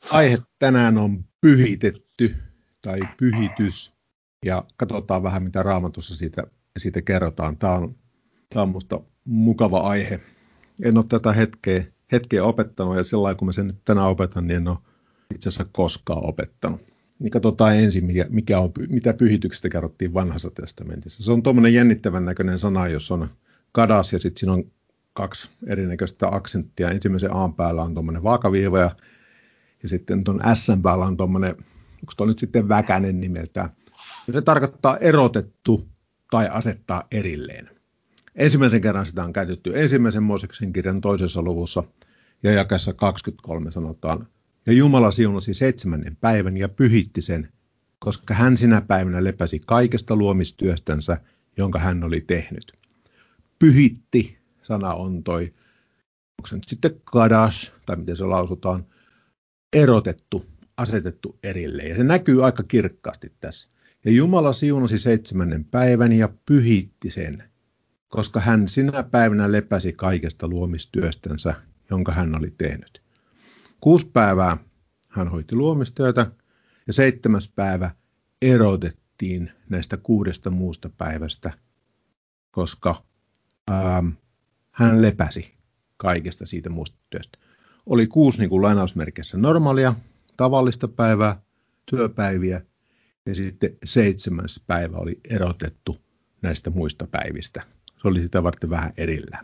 Aihe tänään on pyhitetty tai pyhitys, ja katsotaan vähän mitä Raamatussa siitä kerrotaan. Tämä on minusta mukava aihe. En ole tätä hetkeä opettanut, ja sellainen kun mä sen nyt tänään opetan, niin en ole itse asiassa koskaan opettanut. Niin katsotaan ensin, mitä pyhityksestä kerrottiin Vanhassa testamentissa. Se on tuommoinen jännittävän näköinen sana, jos on kadas, ja sitten siinä on kaksi erinäköistä aksenttia. Ensimmäisen A päällä on tuommoinen vaakaviiva, ja sitten tuon S päällä on tuommoinen, onko tuo nyt sitten väkänen nimeltään. Se tarkoittaa erotettu tai asettaa erilleen. Ensimmäisen kerran sitä on käytetty ensimmäisen Mooseksen kirjan 2. luvussa, ja jakeessa 23 sanotaan, ja Jumala siunasi 7. päivän ja pyhitti sen, koska hän sinä päivänä lepäsi kaikesta luomistyöstänsä, jonka hän oli tehnyt. Pyhitti sana on toi, onko se nyt sitten kadas, tai miten se lausutaan, erotettu, asetettu erilleen. Ja se näkyy aika kirkkaasti tässä. Ja Jumala siunasi 7. päivän ja pyhitti sen, koska hän sinä päivänä lepäsi kaikesta luomistyöstänsä, jonka hän oli tehnyt. 6 päivää hän hoiti luomistyötä ja 7. päivä erotettiin näistä 6 muusta päivästä, koska hän lepäsi kaikesta siitä muusta työstä. Oli 6 niin kuin lainausmerkissä normaalia, tavallista päivää, työpäiviä, ja sitten 7. päivä oli erotettu näistä muista päivistä. Se oli sitä varten vähän erillään.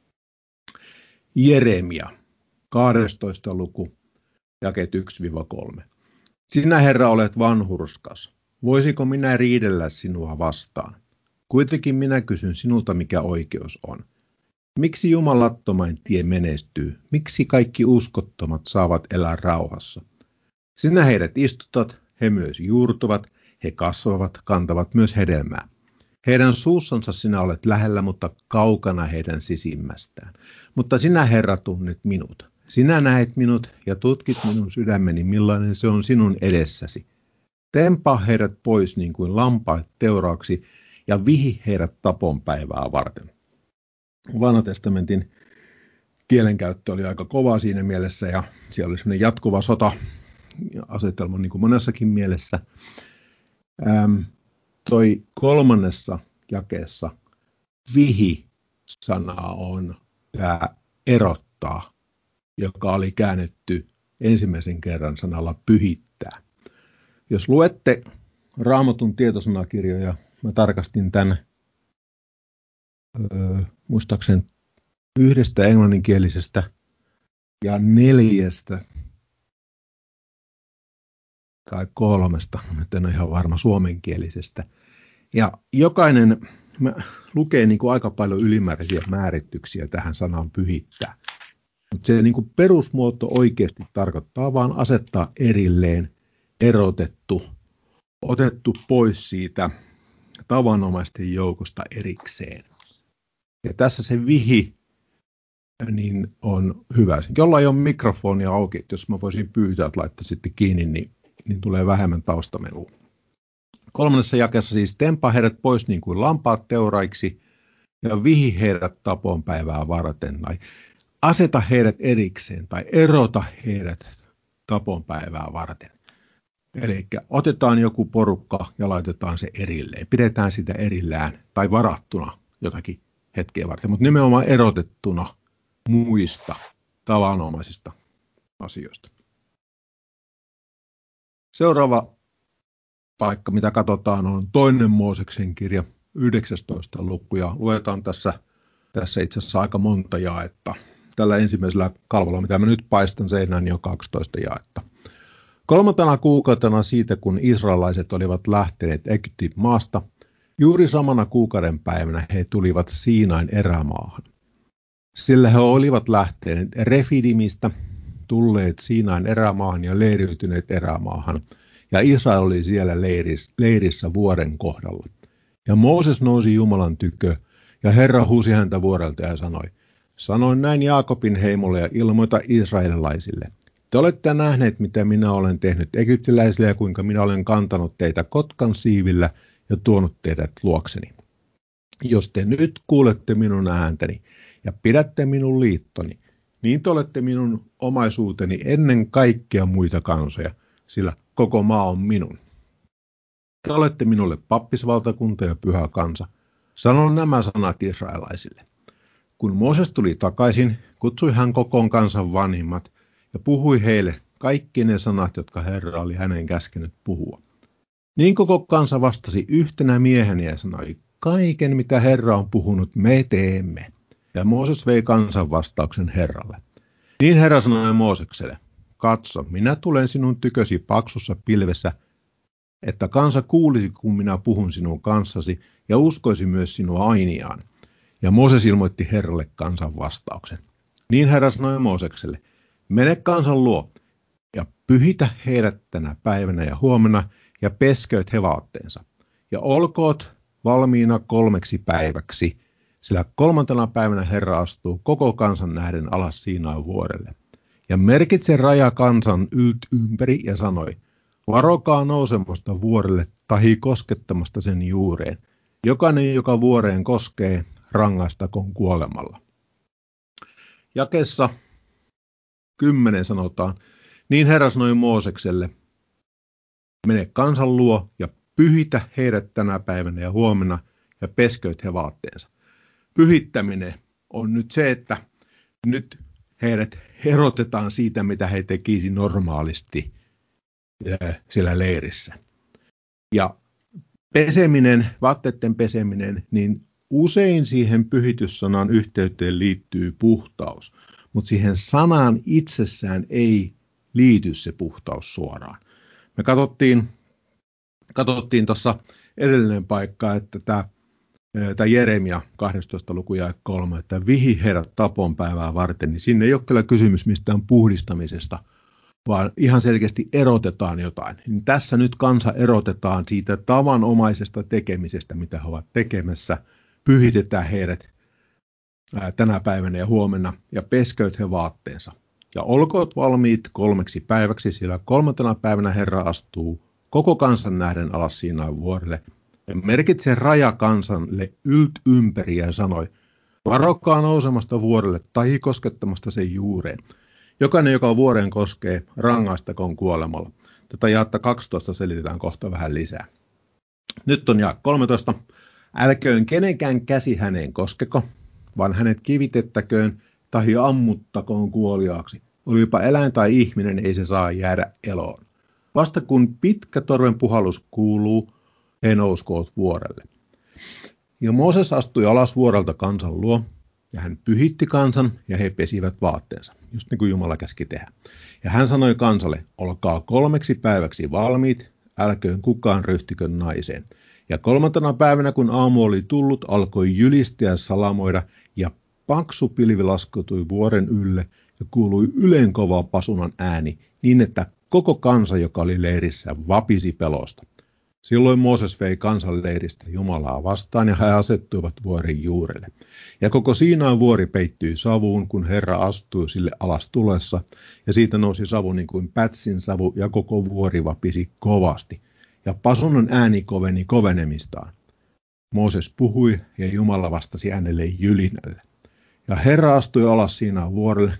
Jeremia, 12. luku, jakeet 1-3. Sinä, Herra, olet vanhurskas. Voisiko minä riidellä sinua vastaan? Kuitenkin minä kysyn sinulta, mikä oikeus on. Miksi jumalattomain tie menestyy? Miksi kaikki uskottomat saavat elää rauhassa? Sinä heidät istutat, he myös juurtuvat, he kasvavat, kantavat myös hedelmää. Heidän suussansa sinä olet lähellä, mutta kaukana heidän sisimmästään. Mutta sinä, Herra, tunnet minut. Sinä näet minut ja tutkit minun sydämeni, millainen se on sinun edessäsi. Tempaa heidät pois niin kuin lampaat teuraaksi ja vihi heidät tapon päivää varten. Vanhan testamentin kielenkäyttö oli aika kova siinä mielessä, ja siellä oli semmoinen jatkuva sota-asetelma niin kuin monessakin mielessä. Toi 3. jakeessa vihi-sana on tämä erottaa, joka oli käännetty ensimmäisen kerran sanalla pyhittää. Jos luette Raamatun tietosanakirjoja, mä tarkastin tämän muistaakseni 1 englanninkielisestä ja 4 tai 3, nyt en ole ihan varma, suomenkielisestä. Ja jokainen lukee niin kuin aika paljon ylimääräisiä määrityksiä tähän sanaan pyhittää. Mutta se niin kuin perusmuoto oikeasti tarkoittaa vaan asettaa erilleen, erotettu, otettu pois siitä tavanomaisten joukosta erikseen. Ja tässä se vihi niin on hyvä. Jolla ei ole mikrofonia auki, että jos mä voisin pyytää, että laittaisitte kiinni, niin tulee vähemmän taustamelua. 3. jakeessa siis tempaa heidät pois niin kuin lampaat teuraiksi ja vihi heidät tapon päivää varten. Tai aseta heidät erikseen tai erota heidät tapon päivää varten. Eli otetaan joku porukka ja laitetaan se erilleen. Pidetään sitä erillään tai varattuna jotakin hetkeä varten, mutta nimenomaan erotettuna muista tavanomaisista asioista. Seuraava paikka, mitä katsotaan, on 2. Mooseksen kirja, 19. luku, ja luetaan tässä itse asiassa aika monta jaetta. Tällä ensimmäisellä kalvolla, mitä mä nyt paistan seinään, niin on 12 jaetta. 3. kuukautena siitä, kun israelaiset olivat lähteneet Egyptin maasta, juuri samana kuukauden päivänä he tulivat Siinain erämaahan. Sillä he olivat lähteneet Refidimistä, tulleet Siinain erämaahan ja leiriytyneet erämaahan, ja Israel oli siellä leirissä vuoren kohdalla. Ja Mooses nousi Jumalan tykö, ja Herra huusi häntä vuorelta ja sanoi, sanoin näin Jaakobin heimolle ja ilmoita israelilaisille. Te olette nähneet, mitä minä olen tehnyt egyptiläisille ja kuinka minä olen kantanut teitä kotkan siivillä ja tuonut teidät luokseni. Jos te nyt kuulette minun ääntäni ja pidätte minun liittoni, niin te olette minun omaisuuteni ennen kaikkea muita kansoja, sillä koko maa on minun. Te olette minulle pappisvaltakunta ja pyhä kansa. Sanon nämä sanat israelaisille. Kun Mooses tuli takaisin, kutsui hän kokoon kansan vanhimmat ja puhui heille kaikki ne sanat, jotka Herra oli hänen käskenyt puhua. Niin koko kansa vastasi yhtenä miehenä ja sanoi, kaiken mitä Herra on puhunut, me teemme. Ja Mooses vei kansan vastauksen Herralle. Niin Herra sanoi Moosekselle, katso, minä tulen sinun tykösi paksussa pilvessä, että kansa kuulisi, kun minä puhun sinun kanssasi, ja uskoisi myös sinua ainiaan. Ja Mooses ilmoitti Herralle kansan vastauksen. Niin Herra sanoi Moosekselle, mene kansan luo, ja pyhitä heidät tänä päivänä ja huomenna, ja peskööt he vaatteensa. Ja olkoot valmiina 3 päiväksi, sillä 3. päivänä Herra astuu koko kansan nähden alas Siinain vuorelle. Ja merkitse raja kansan ympäri ja sanoi, varokaa nousemasta vuorelle tahi koskettamasta sen juureen. Jokainen, joka vuoreen koskee, rangaistakoon kuolemalla. Jakeessa 10 sanotaan, niin Herra sanoi Moosekselle, mene kansan luo ja pyhitä heidät tänä päivänä ja huomenna ja peskööt he vaatteensa. Pyhittäminen on nyt se, että nyt heidät erotetaan siitä, mitä he tekisi normaalisti siellä leirissä. Ja peseminen, vaatteiden peseminen, niin usein siihen pyhityssanan yhteyteen liittyy puhtaus, mutta siihen sanaan itsessään ei liity se puhtaus suoraan. Me katsottiin tuossa edellinen paikka, että tämä Jeremia 12. luku jae 3, että vihi heidät tapon päivää varten, niin sinne ei ole kyllä kysymys mistään puhdistamisesta, vaan ihan selkeästi erotetaan jotain. Niin tässä nyt kansa erotetaan siitä tavanomaisesta tekemisestä, mitä he ovat tekemässä. Pyhitetään heidät tänä päivänä ja huomenna ja peskööt he vaatteensa. Ja olkoot valmiit 3 päiväksi, sillä 3. päivänä Herra astuu koko kansan nähden alas Siinain vuorelle. Ja merkitse raja kansalle ympäri ja sanoi, varokaa nousemasta vuorelle tahi koskettamasta sen juureen. Jokainen, joka vuoreen koskee, rangaistakoon kuolemalla. Tätä jaetta 12 selitetään kohta vähän lisää. Nyt on jae 13. Älköön kenenkään käsi häneen koskeko, vaan hänet kivitettäköön tahi ammuttakoon kuoliaaksi. Olipa eläin tai ihminen, ei se saa jäädä eloon. Vasta kun pitkä torven puhallus kuuluu, he nouskoot vuorelle. Ja Mooses astui alas vuorelta kansan luo, ja hän pyhitti kansan, ja he pesivät vaatteensa, just niin kuin Jumala käski tehdä. Ja hän sanoi kansalle, olkaa 3 päiväksi valmiit, älköön kukaan ryhtykö naiseen. Ja 3. päivänä, kun aamu oli tullut, alkoi jylistää ja salamoida, ja paksu pilvi laskeutui vuoren ylle, ja kuului ylenkova pasunan ääni, niin että koko kansa, joka oli leirissä, vapisi pelosta. Silloin Mooses vei kansan leiristä Jumalaa vastaan ja he asettuivat vuoren juurelle. Ja koko Siinain vuori peittyi savuun, kun Herra astui sille alas tulessa, ja siitä nousi savu niin kuin pätsin savu, ja koko vuori vapisi kovasti. Ja pasunan ääni koveni kovenemistaan. Mooses puhui, ja Jumala vastasi äänelle jylinälle. Ja Herra astui alas Siinain vuorelle,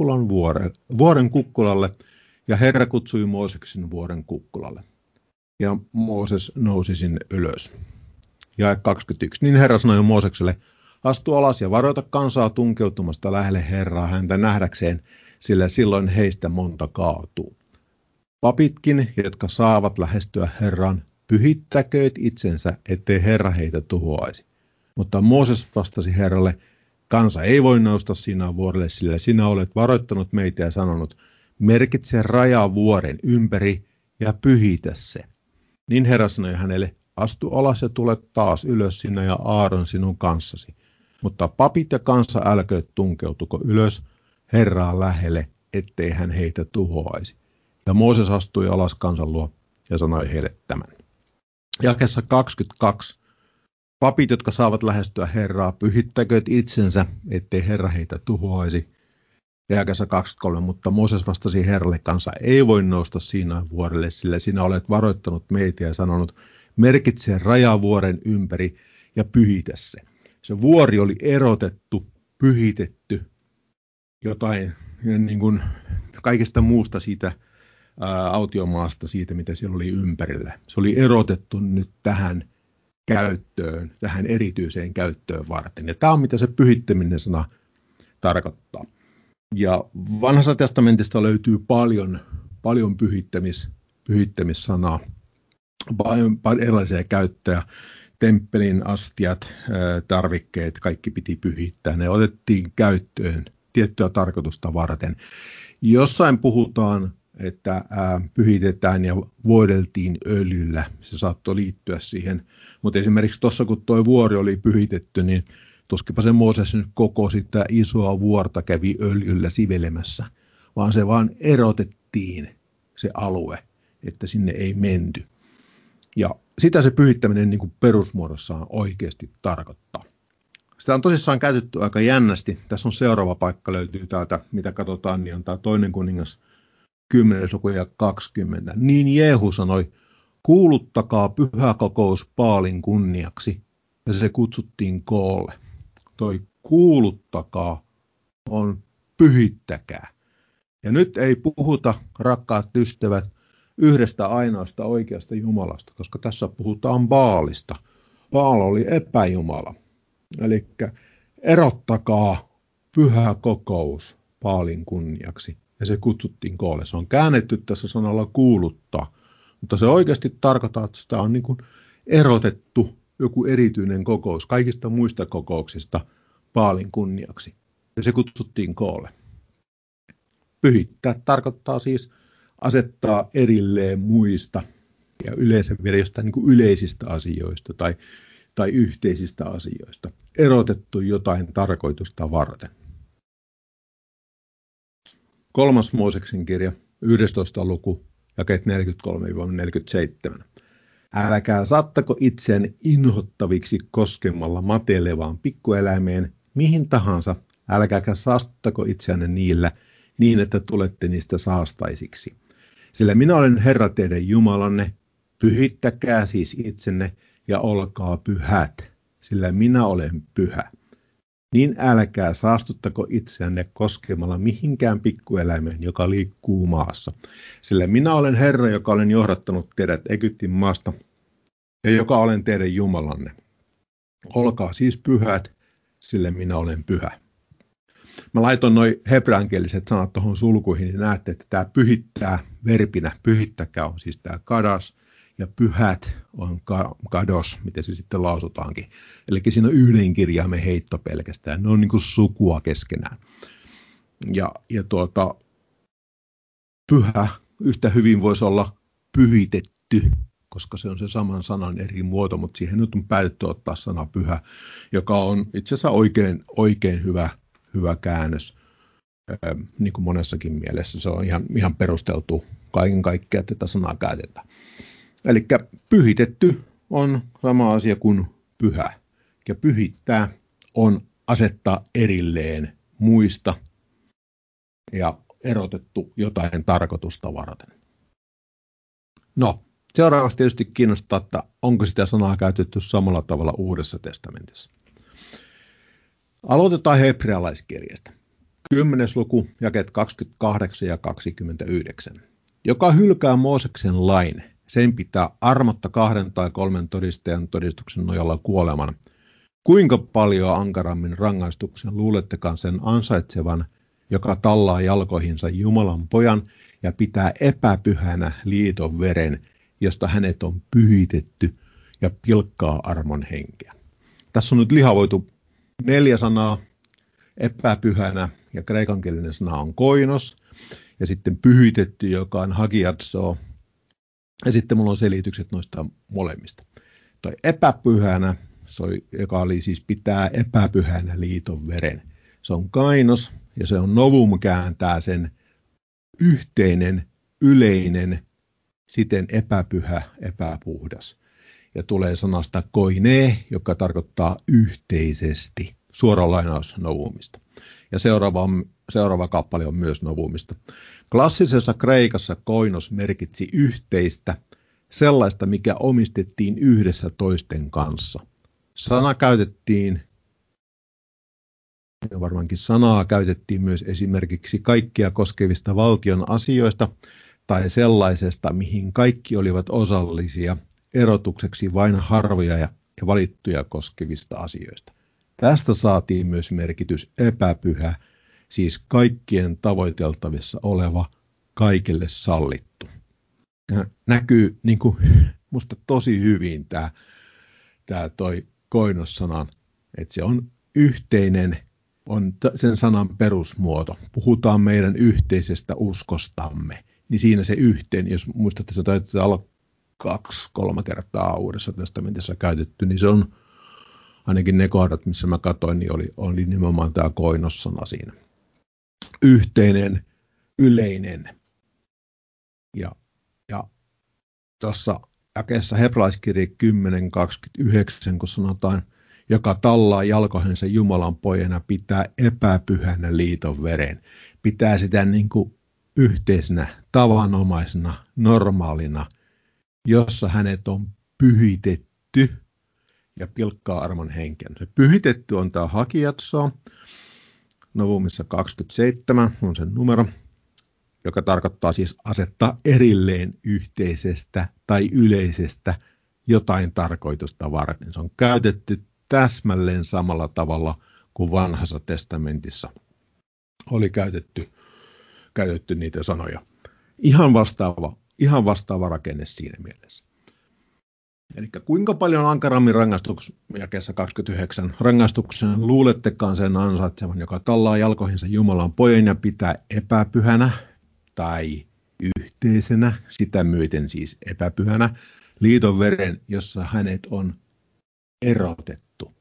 vuoren kukkulalle, ja Herra kutsui Mooseksen vuoren kukkulalle. Ja Mooses nousi sinne ylös. Jae 21. Niin Herra sanoi Moosekselle, astu alas ja varoita kansaa tunkeutumasta lähelle Herraa häntä nähdäkseen, sillä silloin heistä monta kaatuu. Papitkin, jotka saavat lähestyä Herran, pyhittäkööt itsensä, ettei Herra heitä tuhoaisi. Mutta Mooses vastasi Herralle, kansa ei voi nousta sinä vuorelle, sillä sinä olet varoittanut meitä ja sanonut, merkitse raja vuoren ympäri ja pyhitä se. Niin Herra sanoi hänelle, astu alas ja tule taas ylös sinä ja Aaron sinun kanssasi. Mutta papit ja kansa älkööt tunkeutuko ylös Herraa lähelle, ettei hän heitä tuhoaisi. Ja Mooses astui alas kansan luo ja sanoi heille tämän. Jakeessa 22. Papit, jotka saavat lähestyä Herraa, pyhittäkööt itsensä, ettei Herra heitä tuhoaisi. Jakeessa 23. Mutta Mooses vastasi Herralle, kansa ei voi nousta Siinain vuorelle, sillä sinä olet varoittanut meitä ja sanonut, merkitse rajavuoren ympäri ja pyhitä se. Se vuori oli erotettu, pyhitetty jotain niin kuin kaikesta muusta siitä autiomaasta, siitä mitä siellä oli ympärillä. Se oli erotettu nyt tähän käyttöön, tähän erityiseen käyttöön varten. Ja tämä on mitä se pyhittäminen sana tarkoittaa. Ja vanhassa testamentista löytyy paljon pyhittämissanaa, paljon erilaisia käyttöjä. Temppelin astiat, tarvikkeet, kaikki piti pyhittää. Ne otettiin käyttöön tiettyä tarkoitusta varten. Jossain puhutaan, että pyhitetään ja voideltiin öljyllä. Se saattoi liittyä siihen. Mutta esimerkiksi tuossa, kun tuo vuori oli pyhitetty, niin tuskinpa se Mooses nyt koko sitä isoa vuorta kävi öljyllä sivelemässä, vaan se vaan erotettiin se alue, että sinne ei menty. Ja sitä se pyhittäminen niin kuin perusmuodossaan oikeasti tarkoittaa. Sitä on tosissaan käytetty aika jännästi. Tässä on seuraava paikka, löytyy täältä, mitä katsotaan, niin on tämä 2. kuningas 10. luku ja 20. Niin Jehu sanoi, kuuluttakaa pyhä kokous Baalin kunniaksi, ja se kutsuttiin koolle. Toi kuuluttakaa on pyhittäkää. Ja nyt ei puhuta, rakkaat ystävät, yhdestä ainoasta oikeasta Jumalasta, koska tässä puhutaan Baalista. Baal oli epäjumala. Eli erottakaa pyhä kokous Baalin kunniaksi. Ja se kutsuttiin koolle. Se on käännetty tässä sanalla kuuluttaa. Mutta se oikeasti tarkoittaa, että sitä on niin kuin erotettu joku erityinen kokous kaikista muista kokouksista Baalin kunniaksi. Ja se kutsuttiin koolle. Pyhittää tarkoittaa siis asettaa erilleen muista ja yleensä vielä jostain niin kuin yleisistä asioista tai yhteisistä asioista. Erotettu jotain tarkoitusta varten. 3. Mooseksen kirja, 11. luku, jakeet 43-47. Älkää saattako itseään inhottaviksi koskemalla matelevaan pikkueläimeen mihin tahansa, älkääkä saastuttako itseänne niillä, niin että tulette niistä saastaisiksi. Sillä minä olen Herra teidän Jumalanne, pyhittäkää siis itsenne ja olkaa pyhät, sillä minä olen pyhä. Niin älkää saastuttako itseänne koskemalla mihinkään pikkueläimeen, joka liikkuu maassa. Sillä minä olen Herra, joka olen johdattanut teidät Egyptin maasta ja joka olen teidän Jumalanne. Olkaa siis pyhät, sillä minä olen pyhä. Mä laitoin noi hebreankieliset sanat tuohon sulkuihin, niin näette, että tämä pyhittää verbinä, pyhittäkää on siis tämä kadas, ja pyhät on kados, miten se sitten lausutaankin. Eli siinä on yhden kirjaimen heitto pelkästään, ne on niin kuin sukua keskenään. Ja pyhä yhtä hyvin voisi olla pyhitetty, koska se on se saman sanan eri muoto, mutta siihen nyt on päätetty ottaa sana pyhä, joka on itse asiassa oikein hyvä käännös, niin kuin monessakin mielessä. Se on ihan perusteltu kaiken kaikkiaan, että tätä sanaa käytetään. Eli pyhitetty on sama asia kuin pyhä. Ja pyhittää on asettaa erilleen muista ja erotettu jotain tarkoitusta varten. No, seuraavaksi tietysti kiinnostaa, että onko sitä sanaa käytetty samalla tavalla Uudessa testamentissa. Aloitetaan hebrealaiskirjasta. 10. luku, jakeet 28 ja 29. Joka hylkää Mooseksen lain, sen pitää armotta 2 tai 3 todistajan todistuksen nojalla kuoleman. Kuinka paljon ankarammin rangaistuksen luulettekaan sen ansaitsevan, joka tallaa jalkoihinsa Jumalan pojan ja pitää epäpyhänä liiton veren, josta hänet on pyhitetty ja pilkkaa armon henkeä. Tässä on nyt lihavoitu 4 sanaa epäpyhänä ja kreikankielinen sana on koinos ja sitten pyhitetty, joka on hagiatso. Ja sitten mulla on selitykset noista molemmista. Toi epäpyhänä, joka oli siis pitää epäpyhänä liiton veren. Se on kainos ja se on novum kääntää sen yhteinen, yleinen, siten epäpyhä, epäpuhdas. Ja tulee sanasta koine, joka tarkoittaa yhteisesti. Suora lainaus novumista. Ja seuraava kappale on myös novumista. Klassisessa Kreikassa koinos merkitsi yhteistä, sellaista mikä omistettiin yhdessä toisten kanssa. Sana käytettiin Ja varmaankin sanaa käytettiin myös esimerkiksi kaikkia koskevista valtion asioista tai sellaisesta, mihin kaikki olivat osallisia, erotukseksi vain harvoja ja valittuja koskevista asioista. Tästä saatiin myös merkitys epäpyhä, siis kaikkien tavoiteltavissa oleva, kaikille sallittu. Ja näkyy niin kuin, musta tosi hyvin tämä toi koinnossanan, että se on yhteinen, on sen sanan perusmuoto. Puhutaan meidän yhteisestä uskostamme, niin siinä se yhteen, jos muistatte, se taitaa olla 2-3 kertaa Uudessa testamentissa käytetty, niin se on ainakin ne kohdat, missä mä katsoin, niin oli nimenomaan tämä koinossana siinä. Yhteinen, yleinen. Ja tuossa jakeessa Hebrealaiskirje 10.29, kun sanotaan, joka tallaa jalkoihinsa Jumalan pojana, pitää epäpyhänä liiton veren. Pitää sitä niin kuin yhteisenä, tavanomaisena, normaalina, jossa hänet on pyhitetty ja pilkkaa armon henken. Se pyhitetty on tämä hakiatso, Novumissa 27 on sen numero, joka tarkoittaa siis asettaa erilleen yhteisestä tai yleisestä jotain tarkoitusta varten. Se on käytetty täsmälleen samalla tavalla kuin vanhassa testamentissa oli käytetty niitä sanoja. Ihan vastaava rakenne siinä mielessä. Eli kuinka paljon ankarammin jakeessa 29 rangaistuksen luulettekaan sen ansaitsevan, joka tallaa jalkoihinsa Jumalan pojan ja pitää epäpyhänä tai yhteisenä, sitä myöten siis epäpyhänä, liiton veren, jossa hänet on erotettu,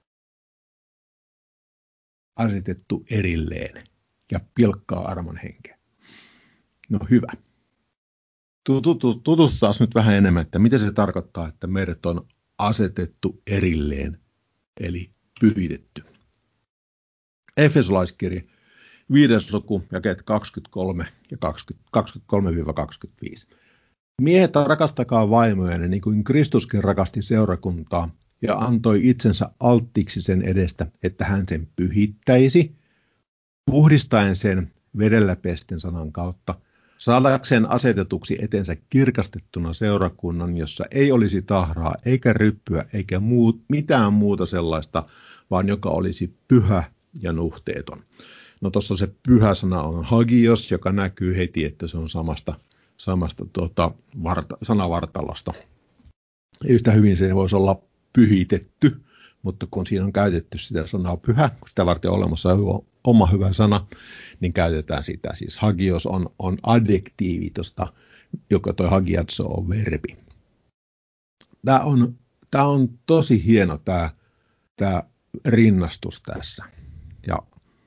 asetettu erilleen ja pilkkaa armon henkeä. No hyvä. Tutustutaan nyt vähän enemmän, että mitä se tarkoittaa, että meidät on asetettu erilleen, eli pyhitetty. Efesolaiskirje 5. luku, jakeet 23 ja 23-25. Miehet, rakastakaa vaimojanne niin kuin Kristuskin rakasti seurakuntaa ja antoi itsensä alttiiksi sen edestä, että hän sen pyhittäisi, puhdistaen sen vedellä pesten sanan kautta, saadakseen asetetuksi etensä kirkastettuna seurakunnan, jossa ei olisi tahraa eikä ryppyä eikä mitään muuta sellaista, vaan joka olisi pyhä ja nuhteeton. No tuossa se pyhä sana on hagios, joka näkyy heti, että se on samasta sanavartalosta. Yhtä hyvin se voisi olla pyhitetty, mutta kun siinä on käytetty sitä sanaa pyhä, kun sitä varten on olemassa oma hyvä sana, niin käytetään sitä. Siis hagios on adjektiivi tosta, joka toi hagiatso on verbi. Tämä on tosi hieno tämä rinnastus tässä. Ja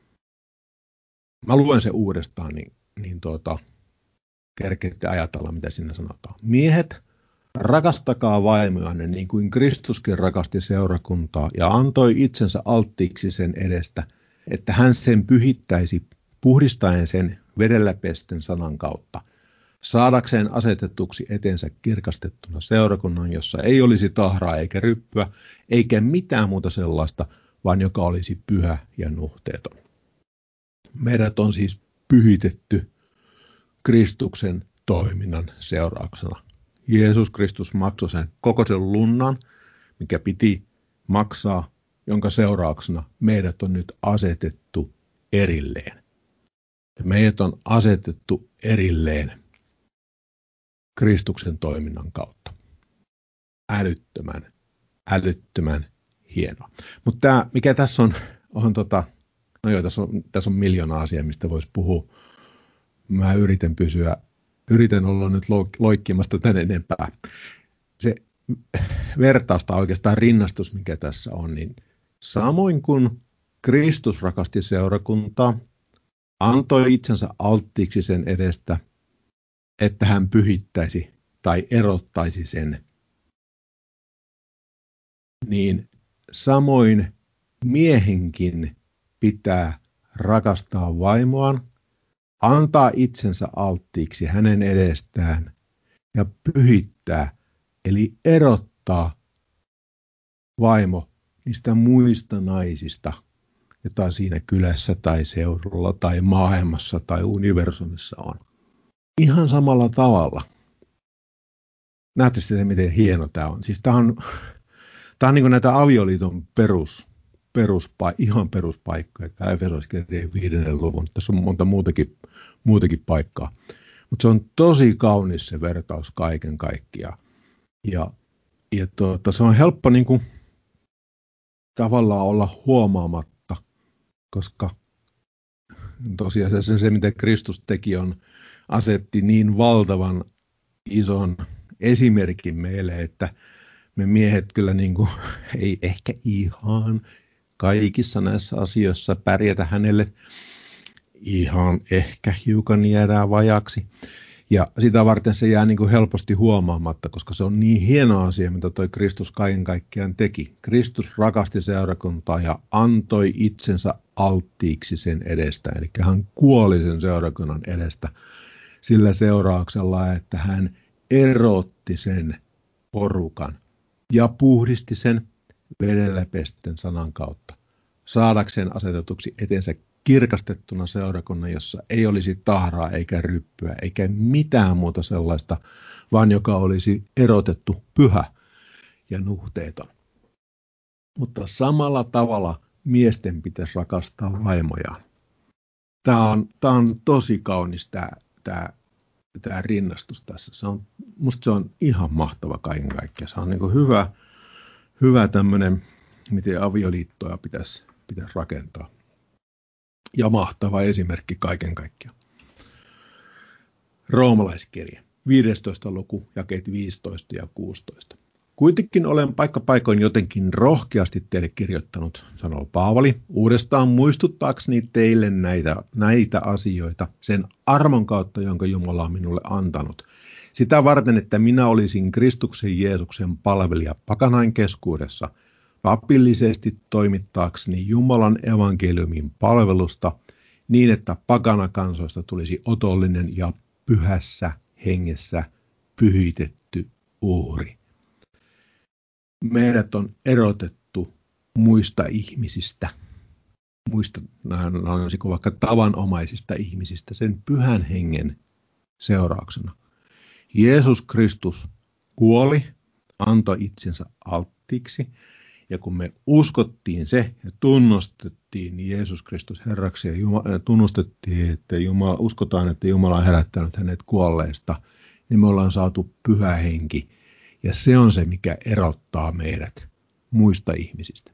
mä luen sen uudestaan, niin kerkeätte ajatella, mitä siinä sanotaan. Miehet, rakastakaa vaimojanne niin kuin Kristuskin rakasti seurakuntaa ja antoi itsensä alttiiksi sen edestä, että hän sen pyhittäisi puhdistaen sen vedellä pesten sanan kautta, saadakseen asetetuksi etensä kirkastettuna seurakunnan, jossa ei olisi tahraa eikä ryppyä, eikä mitään muuta sellaista, vaan joka olisi pyhä ja nuhteeton. Meidät on siis pyhitetty Kristuksen toiminnan seurauksena. Jeesus Kristus maksoi sen koko sen lunnan, mikä piti maksaa, jonka seurauksena meidät on nyt asetettu erilleen. Meidät on asetettu erilleen Kristuksen toiminnan kautta. Älyttömän hienoa. Mutta tämä, mikä tässä on tässä on miljoona asiaa, mistä voisi puhua. Mä yritän olla nyt loikkimasta tän enempää. Se vertaus tai oikeastaan rinnastus, mikä tässä on, niin samoin kuin Kristus rakasti seurakuntaa, antoi itsensä alttiiksi sen edestä, että hän pyhittäisi tai erottaisi sen, niin samoin miehenkin pitää rakastaa vaimoaan, antaa itsensä alttiiksi hänen edestään ja pyhittää, eli erottaa vaimo niistä muista naisista jota siinä kylässä tai seudulla tai maailmassa tai universumissa on. Ihan samalla tavalla. Näette sitten, miten hieno tämä on. Siis tämä on niin kuin näitä avioliiton ihan peruspaikkoja. Tämä Efesoskirjeen 5. luvun. Tässä on monta muutakin paikkaa. Mutta se on tosi kaunis se vertaus kaiken kaikkiaan. Ja se on helppo niin kuin tavallaan olla huomaamatta, koska tosiaan se mitä Kristus teki, asetti niin valtavan ison esimerkin meille, että me miehet kyllä niin kuin, ei ehkä ihan kaikissa näissä asioissa pärjätä hänelle, ihan ehkä hiukan jäädään vajaksi. Ja sitä varten se jää niin kuin helposti huomaamatta, koska se on niin hieno asia, mitä toi Kristus kaiken kaikkiaan teki. Kristus rakasti seurakuntaa ja antoi itsensä alttiiksi sen edestä. Eli hän kuoli sen seurakunnan edestä sillä seurauksella, että hän erotti sen porukan ja puhdisti sen vedellä pesten sanan kautta, saadakseen asetetuksi etensä kirkastettuna seurakunnan, jossa ei olisi tahraa eikä ryppyä eikä mitään muuta sellaista, vaan joka olisi erotettu, pyhä ja nuhteeton. Mutta samalla tavalla miesten pitäisi rakastaa vaimojaan. Tämä on tosi kaunis tämä rinnastus tässä. Musta se on ihan mahtava kaiken kaikkiaan. Se on niin kuin hyvä tämmöinen, miten avioliittoa pitäisi rakentaa. Ja mahtava esimerkki kaiken kaikkiaan. Roomalaiskirje, 15. luku, jakeet 15 ja 16. Kuitenkin olen paikkapaikoin jotenkin rohkeasti teille kirjoittanut, sanoo Paavali, uudestaan muistuttaakseni teille näitä asioita sen armon kautta, jonka Jumala on minulle antanut. Sitä varten, että minä olisin Kristuksen Jeesuksen palvelija pakanain keskuudessa, papillisesti toimittaakseni Jumalan evankeliumin palvelusta niin, että pakanakansoista tulisi otollinen ja pyhässä hengessä pyhitetty uhri. Meidät on erotettu muista ihmisistä, vaikka tavanomaisista ihmisistä sen pyhän hengen seurauksena. Jeesus Kristus kuoli, antoi itsensä alttiiksi. Ja kun me uskottiin se ja tunnustettiin Jeesus Kristus Herraksi ja tunnustettiin, että uskotaan, että Jumala on herättänyt hänet kuolleista, niin me ollaan saatu pyhä henki. Ja se on se, mikä erottaa meidät muista ihmisistä.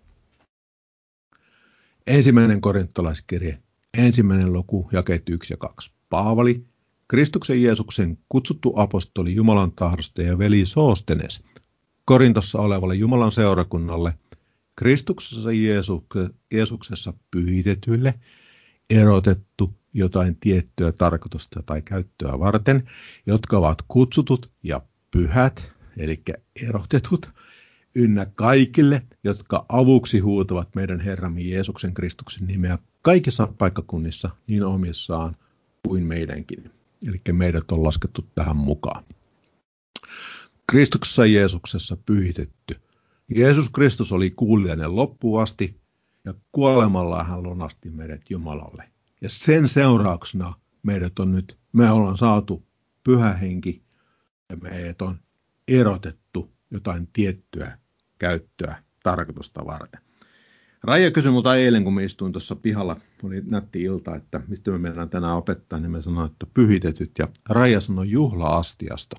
1. korintolaiskirje, 1. luku, jakeet 1 ja 2. Paavali, Kristuksen Jeesuksen kutsuttu apostoli Jumalan tahdosta ja veli Soostenes, Korintossa olevalle Jumalan seurakunnalle, Kristuksessa Jeesuksessa pyhitetyille, erotettu jotain tiettyä tarkoitusta tai käyttöä varten, jotka ovat kutsutut ja pyhät, eli erotetut, ynnä kaikille, jotka avuksi huutavat meidän Herramme Jeesuksen Kristuksen nimeä kaikissa paikkakunnissa, niin omissaan kuin meidänkin. Eli meidät on laskettu tähän mukaan. Kristuksessa Jeesuksessa pyhitetty. Jeesus Kristus oli kuulijainen loppuun asti ja kuolemallaan hän lunasti meidät Jumalalle. Ja sen seurauksena me ollaan saatu pyhä henki ja meidät on erotettu jotain tiettyä käyttöä tarkoitusta varten. Raija kysyi minulta eilen, kun me istuin tuossa pihalla, oli nätti ilta, että mistä me mennään tänään opettaa, niin me sanoin, että pyhitetyt, ja Raija sanoi juhla-astiasta.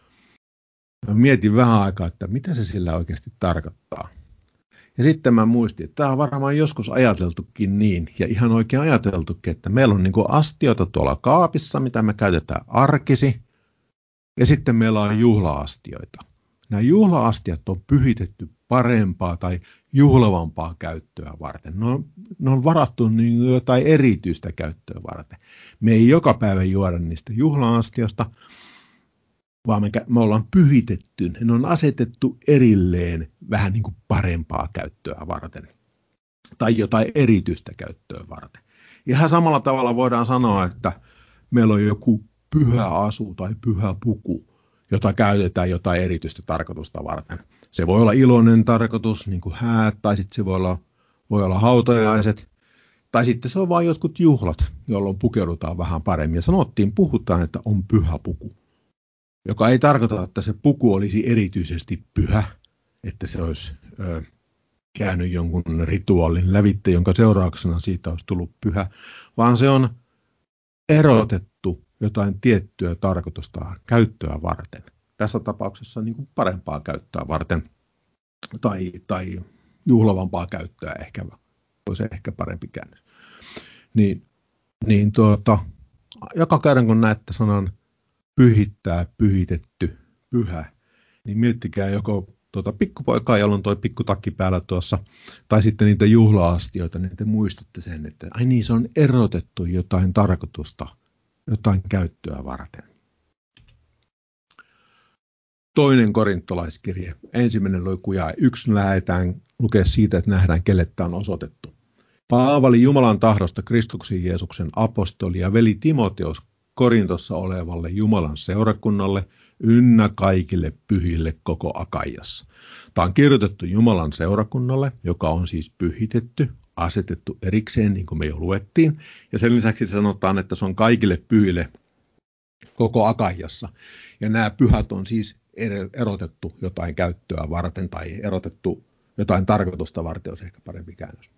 Mä mietin vähän aikaa, että mitä se sillä oikeasti tarkoittaa. Ja sitten mä muistin, että tämä on varmaan joskus ajateltukin niin, ja ihan oikein ajateltukin, että meillä on niin kuin astioita tuolla kaapissa, mitä me käytetään arkisi, ja sitten meillä on juhla-astioita. Nämä juhla-astiat on pyhitetty parempaa tai juhlavampaa käyttöä varten. Ne on varattu niin jotain erityistä käyttöä varten. Me ei joka päivä juoda niistä juhla-astiosta, vaan me ollaan pyhitetty. Ne on asetettu erilleen vähän niin kuin parempaa käyttöä varten. Tai jotain erityistä käyttöä varten. Ihan samalla tavalla voidaan sanoa, että meillä on joku pyhä asu tai pyhä puku, jota käytetään jotain erityistä tarkoitusta varten. Se voi olla iloinen tarkoitus, niin kuin häät, tai sitten se voi olla hautajaiset, Tai sitten se on vain jotkut juhlat, jolloin pukeudutaan vähän paremmin. Ja puhutaan, että on pyhä puku, joka ei tarkoita, että se puku olisi erityisesti pyhä, että se olisi käynyt jonkun rituaalin lävitse, jonka seurauksena siitä olisi tullut pyhä, vaan se on erotettu jotain tiettyä tarkoitusta käyttöä varten. Tässä tapauksessa niin kuin parempaa käyttöä varten tai juhlavampaa käyttöä ehkä, olisi ehkä parempi käännös. Joka kerran kun näette sanan pyhittää, pyhitetty, pyhä, niin miettikää joko pikkupoikaa, jolla on toi pikkutakki päällä tuossa, tai sitten niitä juhla-astioita, niin te muistatte sen, että ai niin, se on erotettu jotain tarkoitusta, jotain käyttöä varten. Toinen korintolaiskirje, 1. luku ja 1 lähdetään lukea siitä, että nähdään, kelle tämä on osoitettu. Paavali Jumalan tahdosta Kristuksen Jeesuksen apostoli ja veli Timoteos Korintossa olevalle Jumalan seurakunnalle ynnä kaikille pyhille koko Akaiassa. Tämä on kirjoitettu Jumalan seurakunnalle, joka on siis pyhitetty, asetettu erikseen, niin kuin me jo luettiin. Ja sen lisäksi sanotaan, että se on kaikille pyhille koko Akaiassa. Ja nämä pyhät on siis erotettu jotain käyttöä varten tai erotettu jotain tarkoitusta varten, olisi ehkä parempi käännös.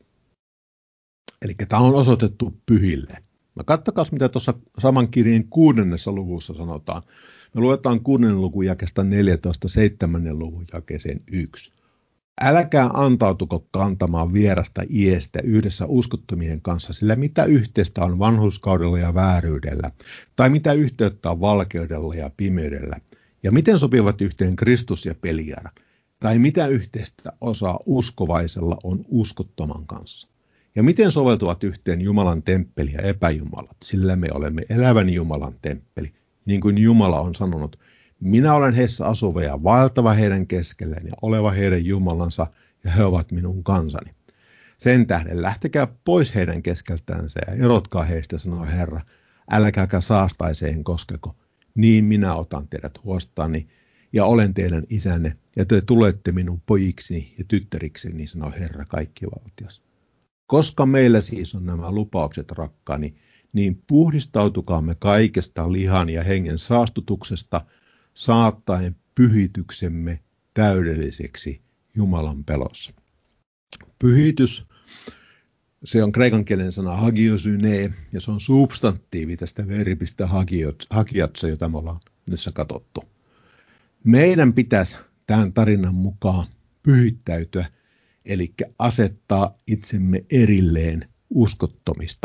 Eli tämä on osoitettu pyhille. No katsokaa, mitä tuossa saman kirjeen 6. luvussa sanotaan. Me luetaan 6. luvun jakeesta 14, 7. luvun jakeeseen 1. Älkää antautuko kantamaan vierasta iestä yhdessä uskottomien kanssa, sillä mitä yhteistä on vanhurskaudella ja vääryydellä, tai mitä yhteyttä on valkeudella ja pimeydellä, ja miten sopivat yhteen Kristus ja Beliar, tai mitä yhteistä osaa uskovaisella on uskottoman kanssa. Ja miten soveltuvat yhteen Jumalan temppeli ja epäjumalat, sillä me olemme elävän Jumalan temppeli, niin kuin Jumala on sanonut, minä olen heissä asuva ja vaeltava heidän keskellään ja oleva heidän Jumalansa, ja he ovat minun kansani. Sen tähden lähtekää pois heidän keskeltänsä ja erotkaa heistä, sanoo Herra, älkääkä saastaiseen koskeko, niin minä otan teidät huostaani ja olen teidän isänne, ja te tulette minun pojikseni ja tyttärikseni, sanoo Herra kaikkivaltias. Koska meillä siis on nämä lupaukset, rakkaani, niin puhdistautukaamme kaikesta lihan ja hengen saastutuksesta, saattaen pyhityksemme täydelliseksi Jumalan pelossa. Pyhitys, se on kreikan kielen sana hagiosyne, ja se on substantiivi tästä verbistä hagiatse, jota me ollaan tässä katsottu. Meidän pitäisi tämän tarinan mukaan pyhittäytyä, eli asettaa itsemme erilleen uskottomista.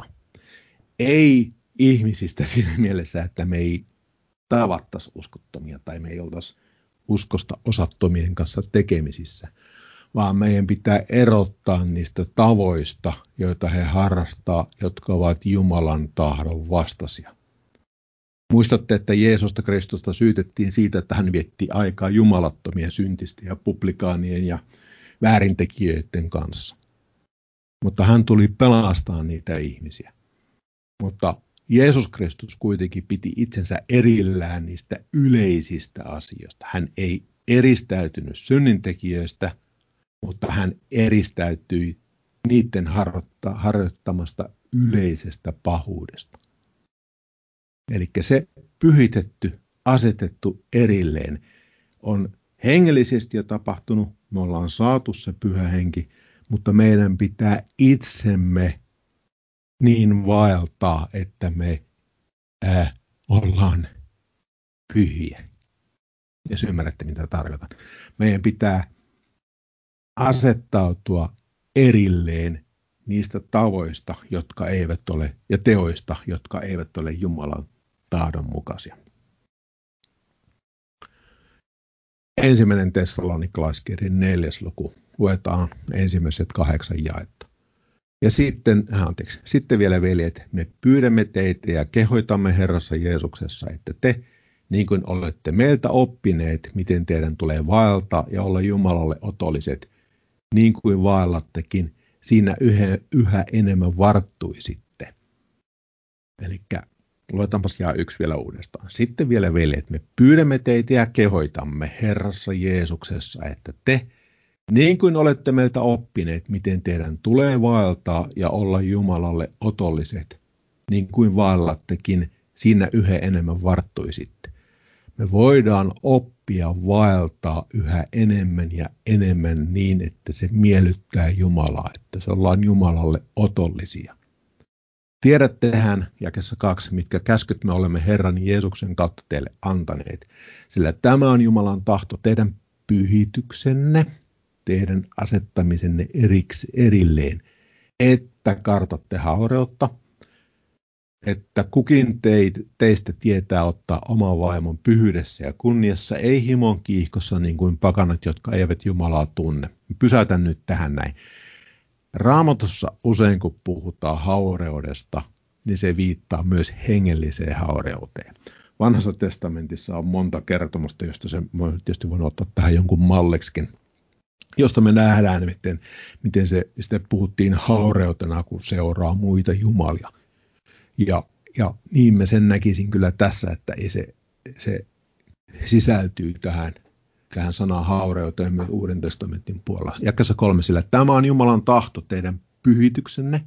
Ei ihmisistä siinä mielessä, että me ei tavattaisi uskottomia tai me ei oltaisi uskosta osattomien kanssa tekemisissä, vaan meidän pitää erottaa niistä tavoista, joita he harrastaa, jotka ovat Jumalan tahdon vastaisia. Muistatte, että Jeesusta Kristusta syytettiin siitä, että hän vietti aikaa jumalattomien syntisten ja publikaanien ja väärintekijöiden kanssa. Mutta hän tuli pelastamaan niitä ihmisiä. Mutta Jeesus Kristus kuitenkin piti itsensä erillään niistä yleisistä asioista. Hän ei eristäytynyt synnintekijöistä, mutta hän eristäytyi niiden harjoittamasta yleisestä pahuudesta. Eli se pyhitetty, asetettu erilleen on hengellisesti jo tapahtunut. Me ollaan saatu se pyhä henki, mutta meidän pitää itsemme niin vaeltaa, että me ollaan pyhiä. Jos ymmärrätte, mitä tarkoitan. Meidän pitää asettautua erilleen niistä tavoista, jotka eivät ole, ja teoista, jotka eivät ole Jumalan tahdon mukaisia. 1. Tessalonikalaiskirjan 4. luku. Luetaan ensimmäiset 8 jaetta. Ja sitten vielä veljet, me pyydämme teitä ja kehoitamme Herrassa Jeesuksessa, että te, niin kuin olette meiltä oppineet, miten teidän tulee vaeltaa ja olla Jumalalle otolliset, niin kuin vaellattekin, siinä yhä enemmän varttuisitte. Eli luetaanpas jaa 1 vielä uudestaan. Sitten vielä veljet, me pyydämme teitä ja kehoitamme Herrassa Jeesuksessa, että te, Niin kuin olette meiltä oppineet, miten teidän tulee vaeltaa ja olla Jumalalle otolliset, niin kuin vaellattekin, siinä yhä enemmän varttuisitte. Me voidaan oppia vaeltaa yhä enemmän ja enemmän niin, että se miellyttää Jumalaa, että se ollaan Jumalalle otollisia. Tiedättehän, jakeessa 2, mitkä käskyt me olemme Herran Jeesuksen kautta teille antaneet, sillä tämä on Jumalan tahto, teidän pyhityksenne, teidän asettamisenne erilleen, että kartatte haureutta, että kukin teistä tietää ottaa oman vaimon pyhyydessä ja kunniassa, ei himon kiihkossa niin kuin pakanat, jotka eivät Jumalaa tunne. Pysäytän nyt tähän näin. Raamatussa usein kun puhutaan haureudesta, niin se viittaa myös hengelliseen haureuteen. Vanhassa testamentissa on monta kertomusta, josta se tietysti voi ottaa tähän jonkun malleksikin, josta me nähdään, miten se sitten puhuttiin haureutena, kun seuraa muita jumalia. Ja niin mä sen näkisin kyllä tässä, että se sisältyy tähän sanaan haureuteen myös Uuden testamentin puolella. Jakeessa 3, sillä tämä on Jumalan tahto, teidän pyhityksenne,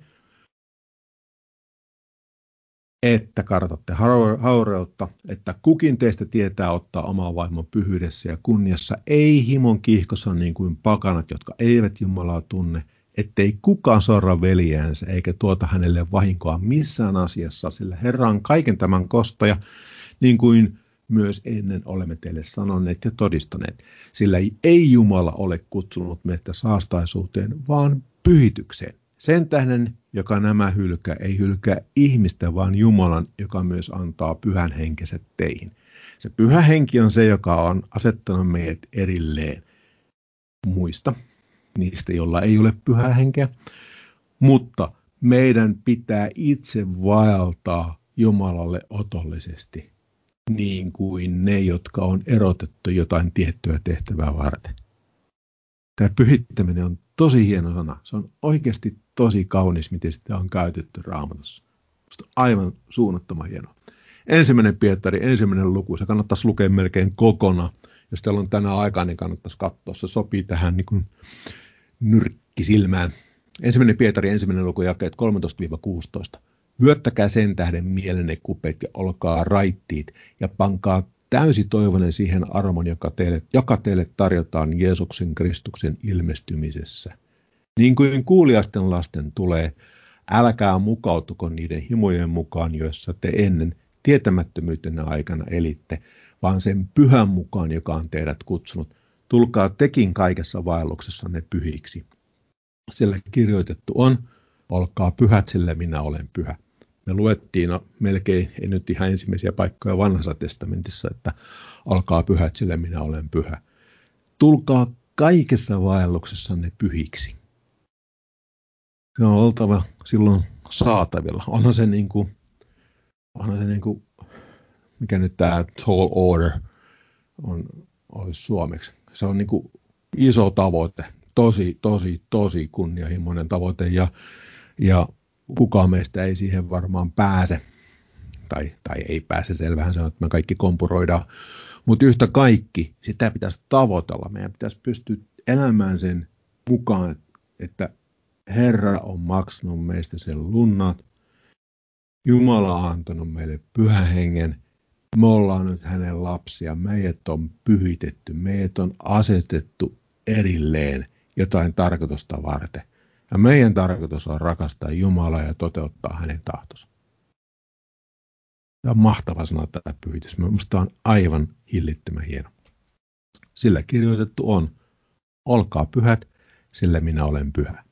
että kartatte haureutta, että kukin teistä tietää ottaa oman vaimon pyhyydessä ja kunniassa, ei himon kiihkossa niin kuin pakanat, jotka eivät Jumalaa tunne, ettei kukaan sorra veljäänsä eikä tuota hänelle vahinkoa missään asiassa, sillä Herra on kaiken tämän kostaja, niin kuin myös ennen olemme teille sanoneet ja todistaneet. Sillä ei Jumala ole kutsunut meitä saastaisuuteen, vaan pyhitykseen. Sen tähden, joka nämä hylkää, ei hylkää ihmistä, vaan Jumalan, joka myös antaa pyhän henkeset teihin. Se pyhä henki on se, joka on asettanut meidät erilleen muista, niistä, joilla ei ole pyhää henkeä. Mutta meidän pitää itse vaeltaa Jumalalle otollisesti, niin kuin ne, jotka on erotettu jotain tiettyä tehtävää varten. Tämä pyhittäminen on tosi hieno sana. Se on oikeasti tosi kaunis, miten sitä on käytetty Raamatussa. Musta aivan suunnattoman hienoa. 1. Pietari, 1. luku, se kannattaisi lukea melkein kokonaan. Jos teillä on tänä aikaa, niin kannattaisi katsoa. Se sopii tähän niin kuin nyrkkisilmään. 1. Pietari, 1. luku, jakeet 13-16. Vyöttäkää sen tähden mielenne kupeet ja olkaa raittiit ja pankaa täysi toivonen siihen armon, joka teille tarjotaan Jeesuksen Kristuksen ilmestymisessä. Niin kuin kuuliaisten lasten tulee, älkää mukautuko niiden himojen mukaan, joissa te ennen tietämättömyytenne aikana elitte, vaan sen pyhän mukaan, joka on teidät kutsunut. Tulkaa tekin kaikessa vaelluksessanne pyhiksi. Sillä kirjoitettu on, olkaa pyhät, sillä minä olen pyhä. Me luettiin melkein, ei nyt ihan ensimmäisiä paikkoja vanhassa testamentissa, että olkaa pyhät, sillä minä olen pyhä. Tulkaa kaikessa vaelluksessanne pyhiksi. Se on oltava silloin saatavilla. Onhan se niin kuin mikä nyt tämä tall order olisi suomeksi. Se on niin kuin iso tavoite, tosi kunnianhimoinen tavoite ja kukaan meistä ei siihen varmaan pääse, tai ei pääse, selvähän se on, että me kaikki kompuroidaan, mutta yhtä kaikki sitä pitäisi tavoitella. Meidän pitäisi pystyä elämään sen mukaan, että Herra on maksanut meistä sen lunnat, Jumala on antanut meille pyhän hengen, me ollaan nyt hänen lapsia, meidät on pyhitetty, meidät on asetettu erilleen jotain tarkoitusta varten. Ja meidän tarkoitus on rakastaa Jumalaa ja toteuttaa hänen tahtonsa. Tämä on mahtava sana tämä pyhitys. Minusta on aivan hillittömän hieno. Sillä kirjoitettu on, olkaa pyhät, sillä minä olen pyhä.